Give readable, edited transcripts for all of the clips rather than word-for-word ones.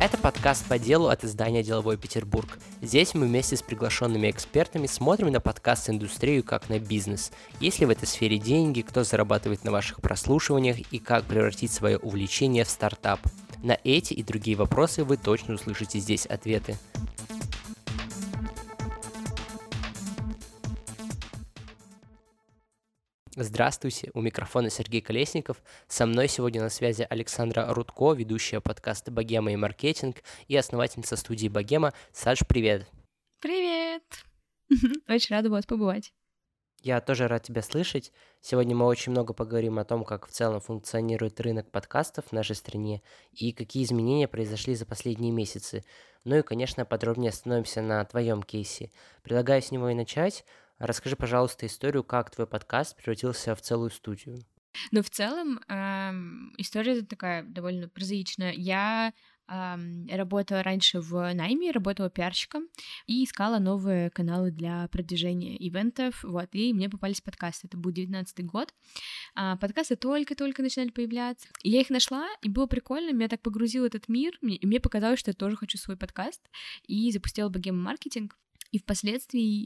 Это подкаст по делу от издания «Деловой Петербург». Здесь мы вместе с приглашенными экспертами смотрим на подкаст-индустрию как на бизнес. Есть ли в этой сфере деньги, кто зарабатывает на ваших прослушиваниях и как превратить свое увлечение в стартап. На эти и другие вопросы вы точно услышите здесь ответы. Здравствуйте, у микрофона Сергей Колесников. Со мной сегодня на связи Александра Рудко, ведущая подкаста «Богема и маркетинг» и основательница студии «Богема». Саш, привет! Привет! Очень рада у вас побывать. Я тоже рад тебя слышать. Сегодня мы очень много поговорим о том, как в целом функционирует рынок подкастов в нашей стране и какие изменения произошли за последние месяцы. Ну и, конечно, подробнее остановимся на твоем кейсе. Предлагаю с него и начать. Расскажи, пожалуйста, историю, как твой подкаст превратился в целую студию. Но в целом история такая довольно прозаичная. Я работала раньше в найме, работала пиарщиком и искала новые каналы для продвижения ивентов, вот, и мне попались подкасты, это был 19-й год, подкасты только-только начинали появляться, и я их нашла, и было прикольно, меня так погрузил этот мир, и мне показалось, что я тоже хочу свой подкаст, и запустила «Богема маркетинг». И впоследствии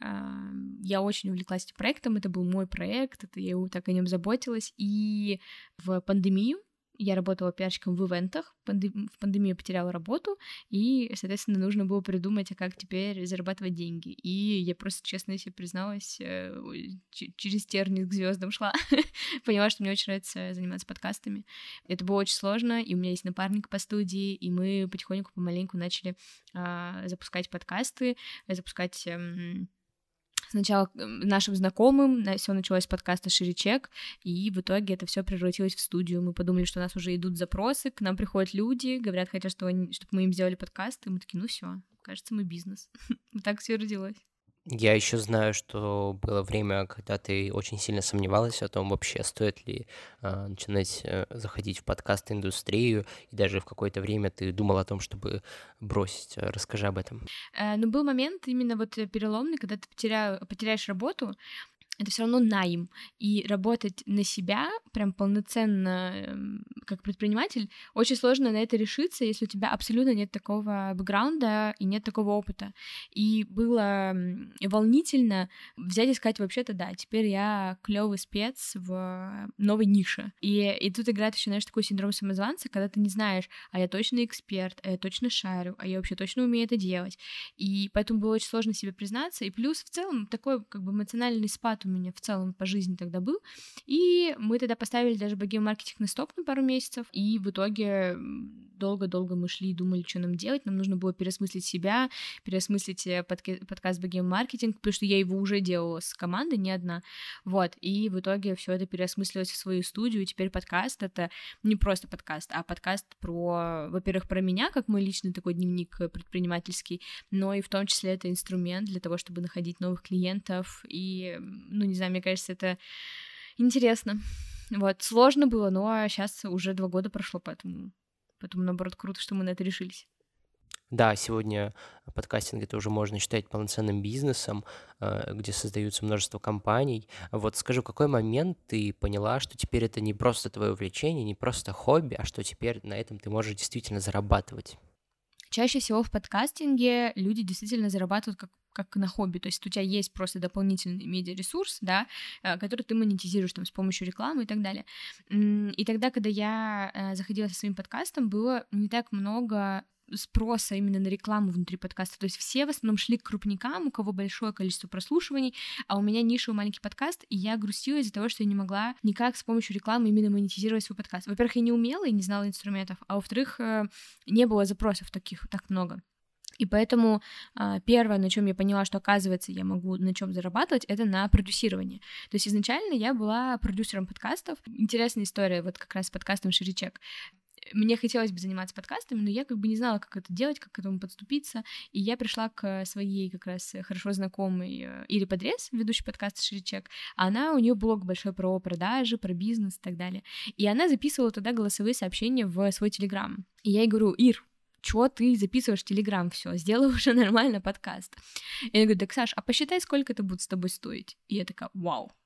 я очень увлеклась этим проектом, это был мой проект, я так о нем заботилась, и в пандемию я работала пиарщиком в ивентах, в пандемию потеряла работу, и, соответственно, нужно было придумать, а как теперь зарабатывать деньги. И я просто, честно себе призналась, через тернии к звездам шла, поняла, что мне очень нравится заниматься подкастами. Это было очень сложно, и у меня есть напарник по студии, и мы потихоньку, помаленьку начали запускать подкасты, запускать... Сначала нашим знакомым, все началось с подкаста «Шире-чек», и в итоге это все превратилось в студию. Мы подумали, что у нас уже идут запросы, к нам приходят люди, говорят, хотят, чтобы мы им сделали подкаст, и мы такие, ну все, кажется, мы бизнес. Так все родилось. Я еще знаю, что было время, когда ты очень сильно сомневалась о том, вообще стоит ли начинать заходить в подкаст-индустрию, и даже в какое-то время ты думал о том, чтобы бросить. Расскажи об этом. Но был момент именно вот переломный, когда ты потеряешь работу, это все равно найм, и работать на себя прям полноценно как предприниматель очень сложно на это решиться, если у тебя абсолютно нет такого бэкграунда и нет такого опыта. И было волнительно взять и сказать, вообще-то да, теперь я клёвый спец в новой нише. И тут играет еще, знаешь, такой синдром самозванца, когда ты не знаешь, а я точно эксперт, а я точно шарю, а я вообще точно умею это делать. И поэтому было очень сложно себе признаться. И плюс в целом такой как бы эмоциональный спад у меня в целом по жизни тогда был, и мы тогда поставили даже «Богема маркетинг» на стоп на пару месяцев, и в итоге долго-долго мы шли и думали, что нам делать, нам нужно было переосмыслить себя, переосмыслить подкаст «Богема маркетинг», потому что я его уже делала с командой, не одна, вот, и в итоге все это переосмыслилось в свою студию, и теперь подкаст — это не просто подкаст, а подкаст про, во-первых, про меня, как мой личный такой дневник предпринимательский, но и в том числе это инструмент для того, чтобы находить новых клиентов, и ну, не знаю, мне кажется, это интересно. Вот, сложно было, но сейчас уже 2 года прошло, поэтому, наоборот, круто, что мы на это решились. Да, сегодня подкастинг это уже можно считать полноценным бизнесом, где создаются множество компаний. Вот скажи, в какой момент ты поняла, что теперь это не просто твое увлечение, не просто хобби, а что теперь на этом ты можешь действительно зарабатывать? Чаще всего в подкастинге люди действительно зарабатывают как на хобби, то есть у тебя есть просто дополнительный медиаресурс, да, который ты монетизируешь там с помощью рекламы и так далее. И тогда, когда я заходила со своим подкастом, было не так много спроса именно на рекламу внутри подкаста, то есть все в основном шли к крупникам, у кого большое количество прослушиваний, а у меня ниша маленький подкаст, и я грустила из-за того, что я не могла никак с помощью рекламы именно монетизировать свой подкаст. Во-первых, я не умела и не знала инструментов, а во-вторых, не было запросов таких так много. И поэтому первое, на чем я поняла, что, оказывается, я могу на чем зарабатывать, это на продюсировании. То есть изначально я была продюсером подкастов. Интересная история вот как раз с подкастом «Шире-чек». Мне хотелось бы заниматься подкастами, но я как бы не знала, как это делать, как к этому подступиться, и я пришла к своей как раз хорошо знакомой Ире Подрез, ведущей подкаста «Шире-чек», а у нее блог большой про продажи, про бизнес и так далее, и она записывала туда голосовые сообщения в свой Телеграм, и я ей говорю: Ир, чего ты записываешь в Телеграм, все, сделай уже нормально подкаст. И я говорю: так, Саш, а посчитай, сколько это будет с тобой стоить. И я такая: вау,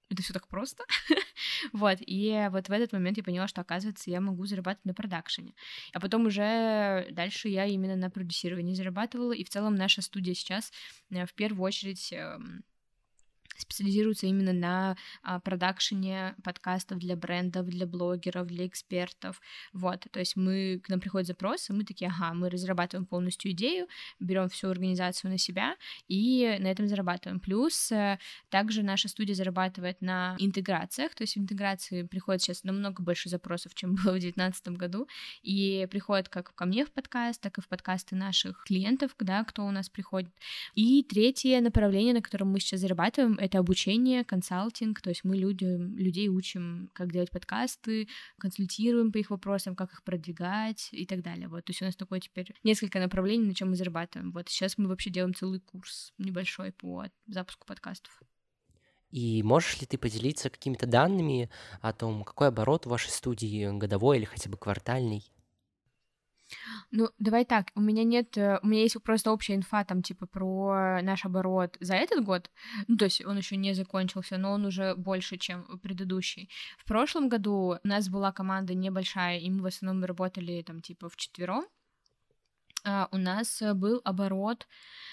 это все так просто. Вот, и вот в этот момент я поняла, что, оказывается, я могу зарабатывать на продакшене. А потом уже дальше я именно на продюсировании зарабатывала, и в целом наша студия сейчас в первую очередь специализируется именно на продакшене подкастов для брендов, для блогеров, для экспертов, вот, то есть к нам приходят запросы, мы такие, ага, мы разрабатываем полностью идею, берем всю организацию на себя и на этом зарабатываем. Плюс также наша студия зарабатывает на интеграциях, то есть в интеграции приходит сейчас намного больше запросов, чем было в 2019 году, и приходят как ко мне в подкаст, так и в подкасты наших клиентов, да, кто у нас приходит. И третье направление, на котором мы сейчас зарабатываем, это обучение, консалтинг, то есть мы людей учим, как делать подкасты, консультируем по их вопросам, как их продвигать и так далее. Вот, то есть у нас такое теперь несколько направлений, на чем мы зарабатываем. Вот сейчас мы вообще делаем целый курс небольшой по запуску подкастов. И можешь ли ты поделиться какими-то данными о том, какой оборот в вашей студии годовой или хотя бы квартальный? Ну, давай так, у меня есть просто общая инфа там, типа, про наш оборот за этот год, ну, то есть он еще не закончился, но он уже больше, чем предыдущий. В прошлом году у нас была команда небольшая, и мы в основном работали там, типа, вчетвером. У нас был оборот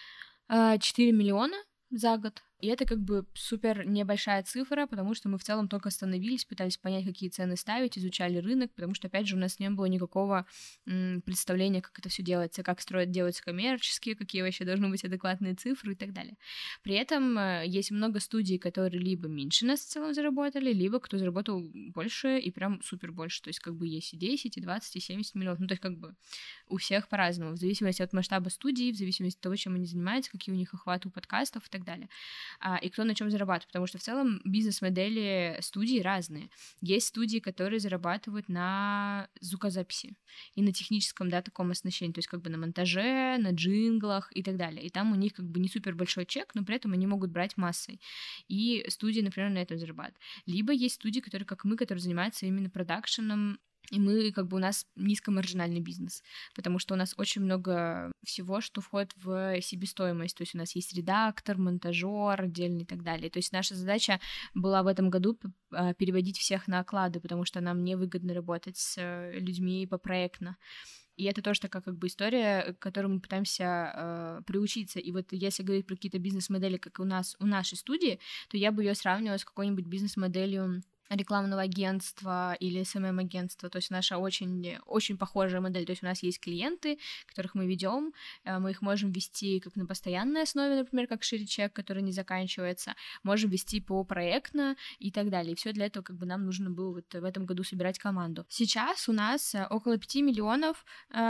4 миллиона за год. И это как бы супер небольшая цифра, потому что мы в целом только остановились, пытались понять, какие цены ставить, изучали рынок, потому что, опять же, у нас не было никакого представления, как это все делается, как делаются коммерческие, какие вообще должны быть адекватные цифры и так далее. При этом есть много студий, которые либо меньше нас в целом заработали, либо кто заработал больше и прям супер больше, то есть как бы есть и 10, и 20, и 70 миллионов, ну то есть как бы у всех по-разному, в зависимости от масштаба студии, в зависимости от того, чем они занимаются, какие у них охваты у подкастов и так далее. И кто на чем зарабатывает, потому что в целом бизнес-модели студий разные. Есть студии, которые зарабатывают на звукозаписи и на техническом, да, таком оснащении, то есть как бы на монтаже, на джинглах и так далее. И там у них как бы не супер большой чек, но при этом они могут брать массой. И студии, например, на этом зарабатывают. Либо есть студии, которые, как мы, которые занимаются именно продакшеном, и мы, как бы, у нас низкомаржинальный бизнес, потому что у нас очень много всего, что входит в себестоимость, то есть у нас есть редактор, монтажер отдельный и так далее. То есть наша задача была в этом году переводить всех на оклады, потому что нам невыгодно работать с людьми попроектно. И это тоже такая как бы история, к которой мы пытаемся приучиться. И вот если говорить про какие-то бизнес-модели, как у нашей студии, то я бы ее сравнивала с какой-нибудь бизнес-моделью рекламного агентства или SMM-агентства, то есть наша очень, очень похожая модель, то есть у нас есть клиенты, которых мы ведем, мы их можем вести как на постоянной основе, например, как шире-чек, который не заканчивается, можем вести по проектно и так далее, и все для этого как бы нам нужно было вот в этом году собирать команду. Сейчас у нас около 5 миллионов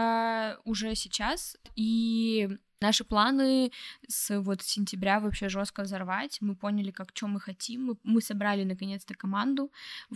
уже сейчас, и наши планы с сентября вообще жестко взорвать. Мы поняли, что мы хотим. Мы собрали наконец-то команду,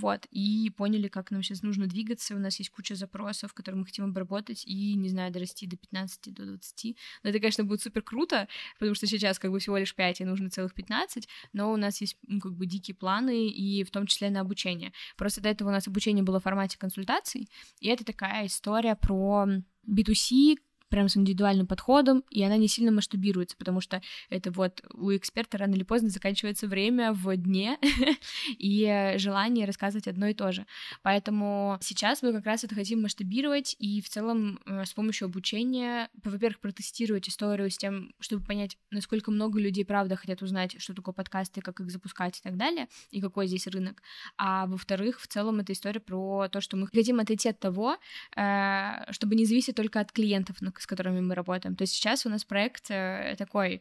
и поняли, как нам сейчас нужно двигаться. У нас есть куча запросов, которые мы хотим обработать, и, не знаю, дорасти до 15, до 20. Но это, конечно, будет супер круто, потому что сейчас как бы всего лишь 5, и нужно целых 15, но у нас есть как бы дикие планы, и в том числе на обучение. Просто до этого у нас обучение было в формате консультаций, и это такая история про B2C, прям с индивидуальным подходом, и она не сильно масштабируется, потому что это у эксперта рано или поздно заканчивается время в дне и желание рассказывать одно и то же. Поэтому сейчас мы как раз это хотим масштабировать и в целом с помощью обучения, во-первых, протестировать историю с тем, чтобы понять, насколько много людей правда хотят узнать, что такое подкасты, как их запускать и так далее, и какой здесь рынок. А во-вторых, в целом это история про то, что мы хотим отойти от того, чтобы не зависеть только от клиентов, с которыми мы работаем. То есть сейчас у нас проект такой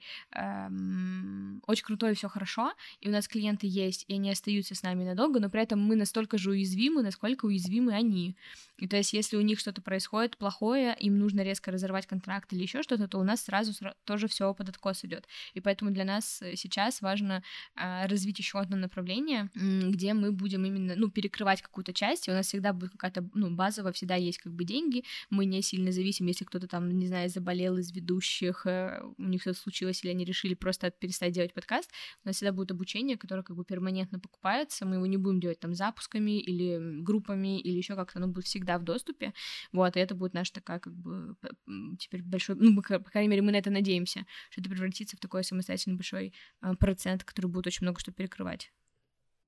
очень крутой, все хорошо, и у нас клиенты есть, и они остаются с нами надолго, но при этом мы настолько же уязвимы, насколько уязвимы они. И то есть если у них что-то происходит плохое, им нужно резко разорвать контракт или еще что-то, то у нас сразу тоже все под откос идет. И поэтому для нас сейчас важно развить еще одно направление, где мы будем именно, перекрывать какую-то часть, и у нас всегда будет какая-то, базово всегда есть как бы деньги, мы не сильно зависим, если кто-то там, не знаю, заболел из ведущих, у них что-то случилось, или они решили просто перестать делать подкаст, у нас всегда будет обучение, которое как бы перманентно покупается, мы его не будем делать там запусками или группами, или еще как-то, оно будет всегда в доступе, и это будет наша такая как бы теперь большой, по крайней мере, мы на это надеемся, что это превратится в такой самостоятельный большой процент, который будет очень много что перекрывать.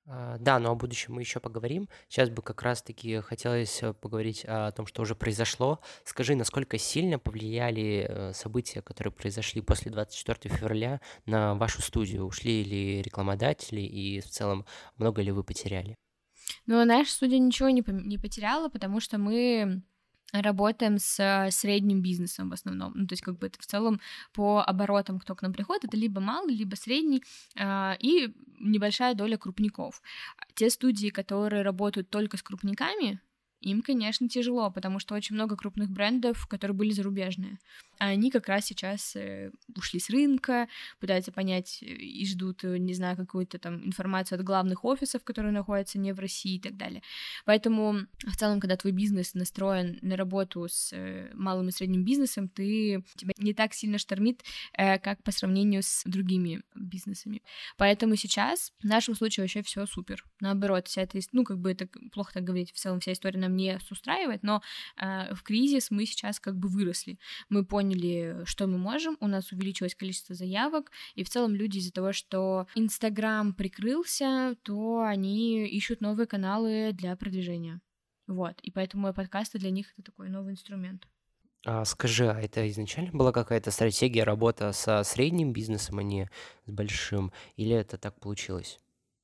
Да, но о будущем мы еще поговорим. Сейчас бы как раз-таки хотелось поговорить о том, что уже произошло. Скажи, насколько сильно повлияли события, которые произошли после 24 февраля на вашу студию? Ушли ли рекламодатели и в целом много ли вы потеряли? Но наша студия ничего не потеряла, потому что мы работаем с средним бизнесом в основном. Ну, то есть как бы это в целом по оборотам, кто к нам приходит, это либо малый, либо средний, и небольшая доля крупников. Те студии, которые работают только с крупниками, им, конечно, тяжело, потому что очень много крупных брендов, которые были зарубежные. А они как раз сейчас ушли с рынка, пытаются понять и ждут, не знаю, какую-то там информацию от главных офисов, которые находятся не в России и так далее. Поэтому в целом, когда твой бизнес настроен на работу с малым и средним бизнесом, тебя не так сильно штормит, как по сравнению с другими бизнесами. Поэтому сейчас в нашем случае вообще все супер. Наоборот, вся эта, ну, как бы это плохо так говорить, в целом вся история нам не устраивает, но в кризис мы сейчас как бы выросли. Мы поняли, что мы можем, у нас увеличилось количество заявок, и в целом люди из-за того, что Инстаграм прикрылся, то они ищут новые каналы для продвижения. Вот, и поэтому мой подкаст для них это такой новый инструмент. Скажи, а это изначально была какая-то стратегия работа со средним бизнесом, а не с большим? Или это так получилось?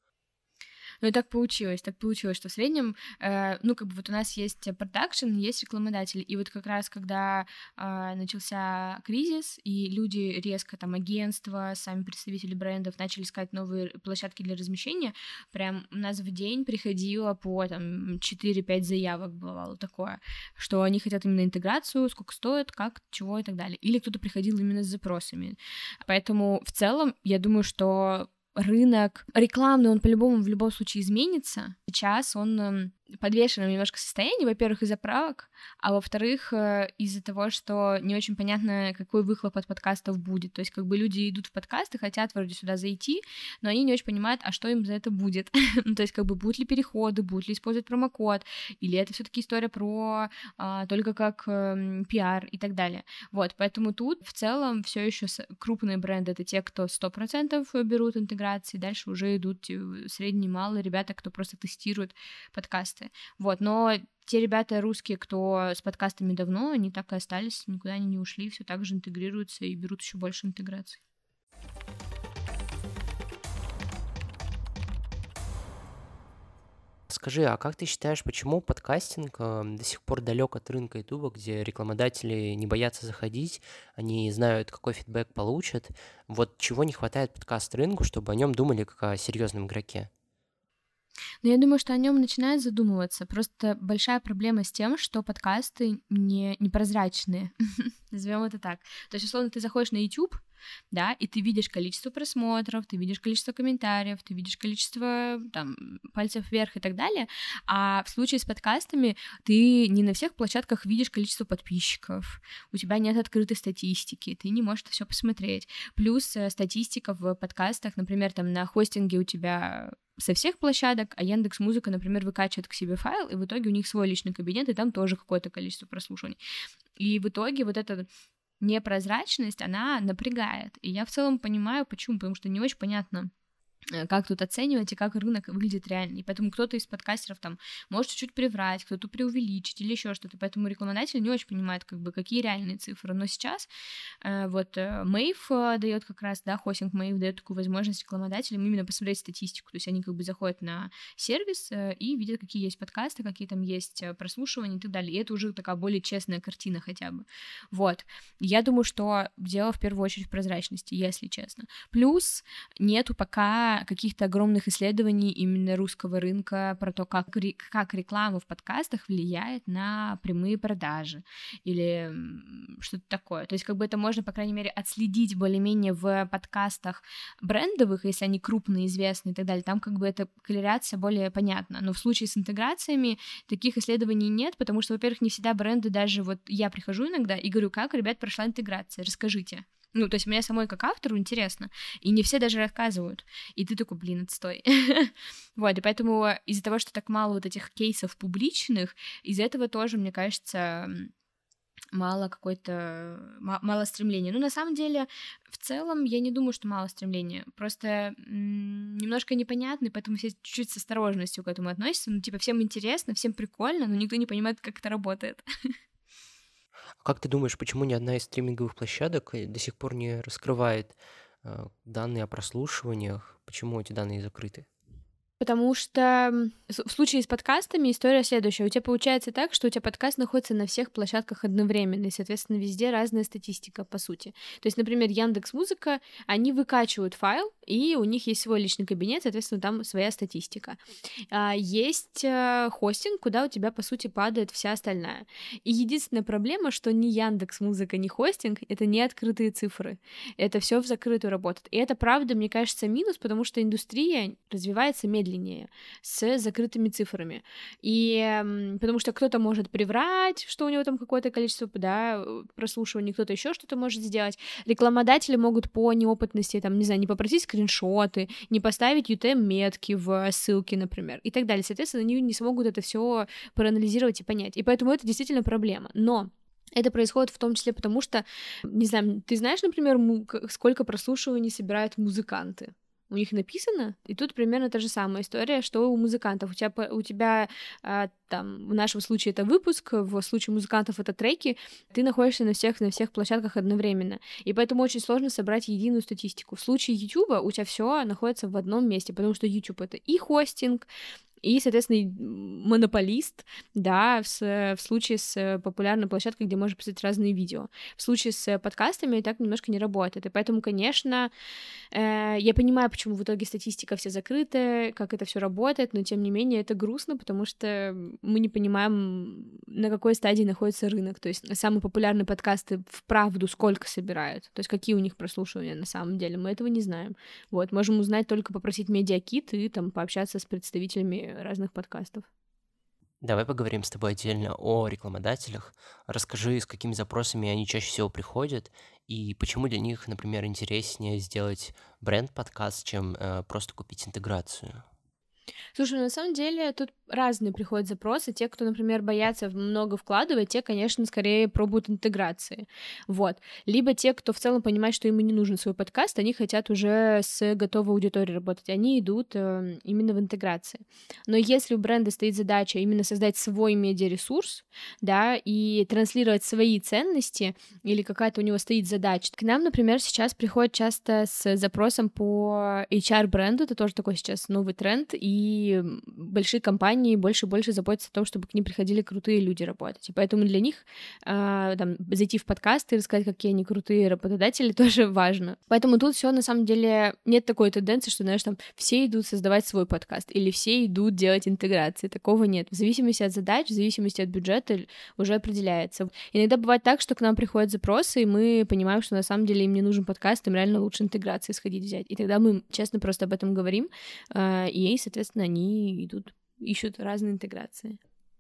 Ну и так получилось, что в среднем, ну, как бы вот у нас есть продакшн, есть рекламодатель, и вот как раз когда начался кризис, и люди резко, там, агентства, сами представители брендов начали искать новые площадки для размещения, прям у нас в день приходило по, там, 4-5 заявок, бывало такое, что они хотят именно интеграцию, сколько стоит, как, чего и так далее. Или кто-то приходил именно с запросами. Поэтому в целом, я думаю, что рынок рекламный, он по-любому в любом случае изменится. Сейчас он подвешенном немножко состоянии, во-первых, из-за правок, а во-вторых, из-за того, что не очень понятно, какой выхлоп от подкастов будет. То есть как бы люди идут в подкасты, хотят вроде сюда зайти, но они не очень понимают, а что им за это будет. Ну, то есть как бы будут ли переходы, будут ли использовать промокод, или это все таки история про только как пиар и так далее. Вот, поэтому тут в целом все еще крупные бренды — это те, кто 100% берут интеграции, дальше уже идут средние, малые ребята, кто просто тестирует подкасты. Вот, но те ребята русские, кто с подкастами давно, они так и остались, никуда они не ушли, все так же интегрируются и берут еще больше интеграций. Скажи, а как ты считаешь, почему подкастинг до сих пор далек от рынка Ютуба, где рекламодатели не боятся заходить, они знают, какой фидбэк получат? Вот чего не хватает подкаст-рынку, чтобы о нем думали как о серьезном игроке? Но я думаю, что о нем начинают задумываться. Просто большая проблема с тем, что подкасты непрозрачные. Назовем это так. То есть, условно, ты заходишь на YouTube, да, и ты видишь количество просмотров, ты видишь количество комментариев, ты видишь количество там пальцев вверх и так далее, а в случае с подкастами ты не на всех площадках видишь количество подписчиков, у тебя нет открытой статистики, ты не можешь это все посмотреть. Плюс статистика в подкастах, например, там на хостинге у тебя со всех площадок, а Яндекс.Музыка, например, выкачивает к себе файл, и в итоге у них свой личный кабинет, и там тоже какое-то количество прослушиваний. И в итоге вот эта непрозрачность, она напрягает. И я в целом понимаю, почему, потому что не очень понятно, как тут оценивать и как рынок выглядит реально. И поэтому кто-то из подкастеров там может чуть-чуть приврать, кто-то преувеличить или еще что-то. Поэтому рекламодатель не очень понимает, как бы, какие реальные цифры. Но сейчас вот Mave дает как раз, да, хостинг Mave дает такую возможность рекламодателям именно посмотреть статистику. То есть они как бы заходят на сервис и видят, какие есть подкасты, какие там есть прослушивания и так далее. И это уже такая более честная картина хотя бы. Вот. Я думаю, что дело в первую очередь в прозрачности, если честно. Плюс нету пока каких-то огромных исследований именно русского рынка про то, как реклама в подкастах влияет на прямые продажи или что-то такое. То есть как бы это можно, по крайней мере, отследить более-менее в подкастах брендовых, если они крупные, известные и так далее. Там как бы эта корреляция более понятна. Но в случае с интеграциями таких исследований нет, потому что, во-первых, не всегда бренды, даже вот я прихожу иногда и говорю, как, ребят, прошла интеграция, расскажите. Ну, то есть мне самой как автору интересно, и не все даже рассказывают. И ты такой, блин, отстой. Вот, и поэтому из-за того, что так мало вот этих кейсов публичных, из-за этого тоже, мне кажется, мало стремления. Ну, на самом деле, в целом, я не думаю, что мало стремления. Просто немножко непонятно, и поэтому все чуть-чуть с осторожностью к этому относятся. Ну, типа, всем интересно, всем прикольно, но никто не понимает, как это работает. А как ты думаешь, почему ни одна из стриминговых площадок до сих пор не раскрывает данные о прослушиваниях? Почему эти данные закрыты? Потому что в случае с подкастами история следующая. У тебя получается так, что у тебя подкаст находится на всех площадках одновременно, и, соответственно, везде разная статистика, по сути. То есть, например, Яндекс.Музыка, они выкачивают файл, и у них есть свой личный кабинет, соответственно, там своя статистика. Есть хостинг, куда у тебя, по сути, падает вся остальная. И единственная проблема, что ни Яндекс.Музыка, ни хостинг — это не открытые цифры. Это все в закрытую работает. И это, правда, мне кажется, минус, потому что индустрия развивается медленнее, с закрытыми цифрами. И потому что кто-то может приврать, что у него там какое-то количество, да, прослушиваний, кто-то еще что-то может сделать. Рекламодатели могут по неопытности, там, не знаю, не попросить скриншоты, не поставить UTM-метки в ссылке, например, и так далее. Соответственно, они не смогут это все проанализировать и понять. И поэтому это действительно проблема. Но это происходит в том числе потому, что, не знаю, ты знаешь, например, сколько прослушиваний собирают музыканты? У них написано, и тут примерно та же самая история, что у музыкантов. У тебя там, в нашем случае это выпуск, в случае музыкантов это треки, ты находишься на всех площадках одновременно, и поэтому очень сложно собрать единую статистику. В случае YouTube у тебя все находится в одном месте, потому что YouTube — это и хостинг, и, соответственно, монополист, да, в случае с популярной площадкой, где можно писать разные видео. В случае с подкастами так немножко не работает. И поэтому, конечно, я понимаю, почему в итоге статистика вся закрытая, как это все работает, но тем не менее это грустно, потому что мы не понимаем, на какой стадии находится рынок. То есть самые популярные подкасты вправду сколько собирают, то есть какие у них прослушивания на самом деле, мы этого не знаем. Вот, можем узнать только попросить медиакит и там пообщаться с представителями разных подкастов. Давай поговорим с тобой отдельно о рекламодателях. Расскажи, с какими запросами они чаще всего приходят, и почему для них, например, интереснее сделать бренд-подкаст, чем просто купить интеграцию. Слушай, на самом деле тут разные приходят запросы. Те, кто, например, боятся много вкладывать, те, конечно, скорее пробуют интеграции. Вот. Либо те, кто в целом понимает, что им и не нужен свой подкаст, они хотят уже с готовой аудиторией работать. Они идут именно в интеграции. Но если у бренда стоит задача именно создать свой медиаресурс, да, и транслировать свои ценности, или какая-то у него стоит задача. К нам, например, сейчас приходят часто с запросом по HR-бренду, это тоже такой сейчас новый тренд, и большие компании больше и больше заботятся о том, чтобы к ним приходили крутые люди работать. И поэтому для них там, зайти в подкаст и рассказать, какие они крутые работодатели, тоже важно. Поэтому тут все на самом деле нет такой тенденции, что, знаешь, там все идут создавать свой подкаст или все идут делать интеграции. Такого нет. В зависимости от задач, в зависимости от бюджета уже определяется. Иногда бывает так, что к нам приходят запросы, и мы понимаем, что на самом деле им не нужен подкаст, им реально лучше интеграции сходить взять. И тогда мы честно просто об этом говорим, и, соответственно, они ищут разные интеграции.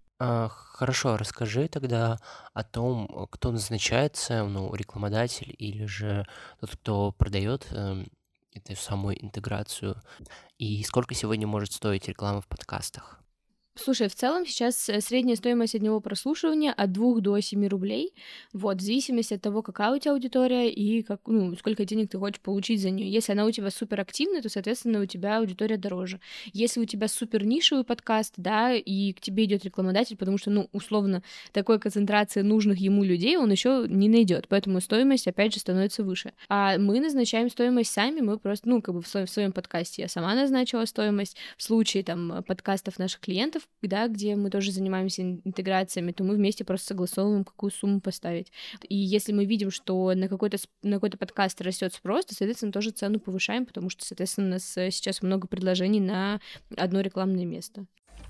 Хорошо, расскажи тогда о том, кто назначается, рекламодатель или же тот, кто продает эту самую интеграцию, и сколько сегодня может стоить реклама в подкастах. Слушай, в целом сейчас средняя стоимость одного прослушивания от 2 до 7 рублей, вот, в зависимости от того, какая у тебя аудитория и сколько денег ты хочешь получить за нее. Если она у тебя супер активная, то, соответственно, у тебя аудитория дороже. Если у тебя супер нишевый подкаст, да, и к тебе идет рекламодатель, потому что, условно, такой концентрации нужных ему людей он еще не найдет, поэтому стоимость, опять же, становится выше. А мы назначаем стоимость сами, мы просто, в своем подкасте я сама назначила стоимость. В случае, там, подкастов наших клиентов, да, где мы тоже занимаемся интеграциями, то мы вместе просто согласовываем, какую сумму поставить. И если мы видим, что на какой-то подкаст растет спрос, то, соответственно, тоже цену повышаем, потому что, соответственно, у нас сейчас много предложений на одно рекламное место.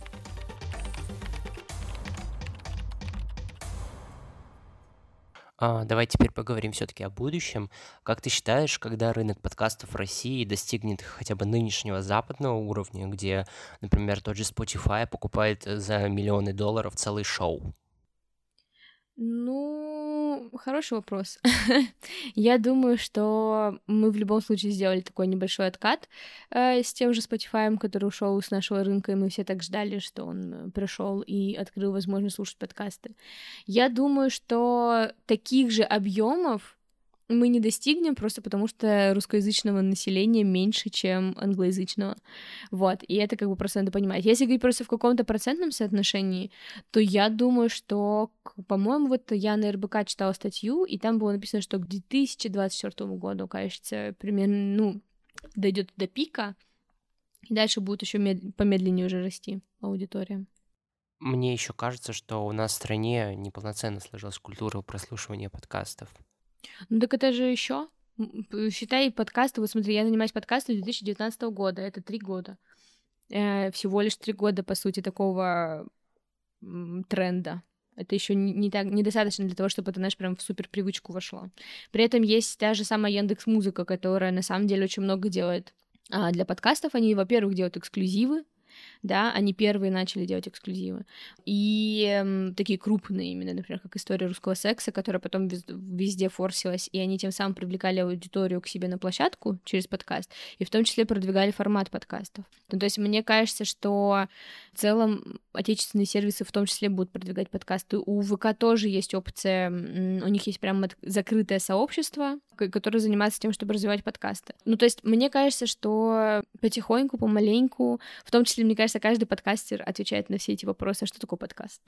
Давай теперь поговорим все-таки о будущем. Как ты считаешь, когда рынок подкастов в России достигнет хотя бы нынешнего западного уровня, где, например, тот же Spotify покупает за $миллионы целый шоу? Ну, хороший вопрос. Я думаю, что мы в любом случае сделали такой небольшой откат с тем же Spotify, который ушел с нашего рынка, и мы все так ждали, что он пришел и открыл возможность слушать подкасты. Я думаю, что таких же объемов мы не достигнем просто потому, что русскоязычного населения меньше, чем англоязычного. Вот, и это как бы просто надо понимать. Если говорить просто в каком-то процентном соотношении, то я думаю, что, по-моему, вот я на РБК читала статью, и там было написано, что к 2024 году, кажется, примерно, ну, дойдет до пика, и дальше будет еще помедленнее уже расти аудитория. Мне еще кажется, что у нас в стране неполноценно сложилась культура прослушивания подкастов. Ну так это же еще. Считай подкасты, вот смотри, я занимаюсь подкастом 2019 года, это 3 года. Всего лишь 3 года, по сути, такого тренда. Это еще недостаточно для того, чтобы это, знаешь, прям в супер привычку вошло. При этом есть та же самая Яндекс.Музыка, которая на самом деле очень много делает для подкастов. Они, во-первых, делают эксклюзивы, да, они первые начали делать эксклюзивы. И такие крупные именно, например, как «История русского секса», которая потом везде форсилась, и они тем самым привлекали аудиторию к себе на площадку через подкаст, и в том числе продвигали формат подкастов. Ну, то есть мне кажется, что в целом отечественные сервисы в том числе будут продвигать подкасты. У ВК тоже есть опция, у них есть прям закрытое сообщество, которое занимается тем, чтобы развивать подкасты. Ну, то есть мне кажется, что потихоньку, помаленьку, в том числе, мне кажется, каждый подкастер отвечает на все эти вопросы, а что такое подкаст?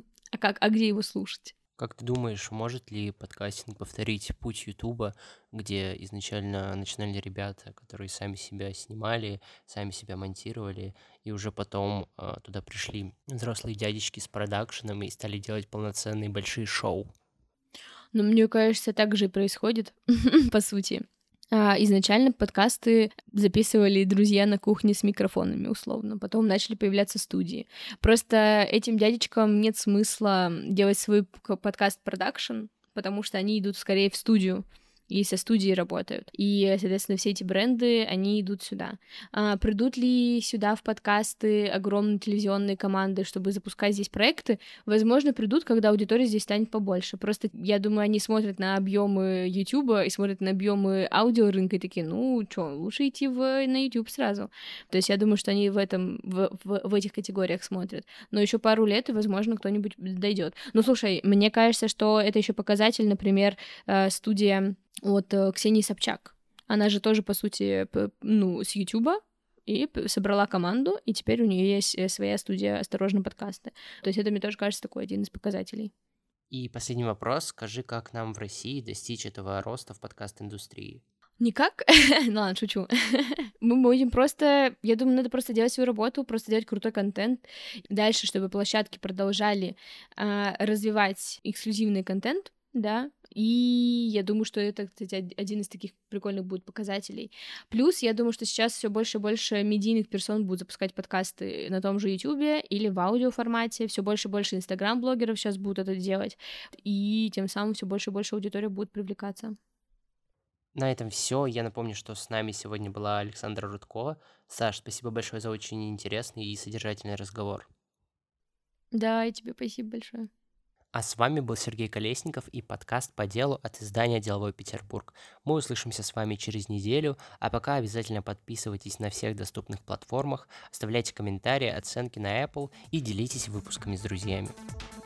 А где его слушать? Как ты думаешь, может ли подкастинг повторить путь Ютуба, где изначально начинали ребята, которые сами себя снимали, сами себя монтировали, и уже потом туда пришли взрослые дядечки с продакшеном и стали делать полноценные большие шоу? Ну, мне кажется, так же и происходит, по сути. Изначально подкасты записывали друзья на кухне с микрофонами, условно. Потом начали появляться студии. Просто этим дядечкам нет смысла делать свой подкаст-продакшн, потому что они идут скорее в студию и со студией работают. И, соответственно, все эти бренды, они идут сюда. Придут ли сюда в подкасты огромные телевизионные команды, чтобы запускать здесь проекты? Возможно, придут, когда аудитория здесь станет побольше. Просто, я думаю, они смотрят на объемы Ютуба и смотрят на объемы аудиорынка и такие, ну, что, лучше идти на YouTube сразу. То есть я думаю, что они в этих категориях смотрят. Но еще пару лет, и, возможно, кто-нибудь дойдет. Ну, слушай, мне кажется, что это еще показатель, например, студия от Ксении Собчак. Она же тоже, по сути, с Ютуба, и собрала команду, и теперь у нее есть своя студия «Осторожно, подкасты». То есть это, мне тоже кажется, такой один из показателей. И последний вопрос. Скажи, как нам в России достичь этого роста в подкаст-индустрии? Никак? Ну ладно, шучу. Мы будем просто... Я думаю, надо просто делать свою работу, просто делать крутой контент. Дальше, чтобы площадки продолжали развивать эксклюзивный контент, да, и я думаю, что это, кстати, один из таких прикольных будет показателей. Плюс, я думаю, что сейчас все больше и больше медийных персон будут запускать подкасты на том же Ютубе или в аудиоформате, все больше и больше инстаграм-блогеров сейчас будут это делать, и тем самым все больше и больше аудитория будет привлекаться. На этом все. Я напомню, что с нами сегодня была Александра Рудко. Саш, спасибо большое за очень интересный и содержательный разговор. Да, и тебе спасибо большое. А с вами был Сергей Колесников и подкаст «По делу» от издания «Деловой Петербург». Мы услышимся с вами через неделю, а пока обязательно подписывайтесь на всех доступных платформах, оставляйте комментарии, оценки на Apple и делитесь выпусками с друзьями.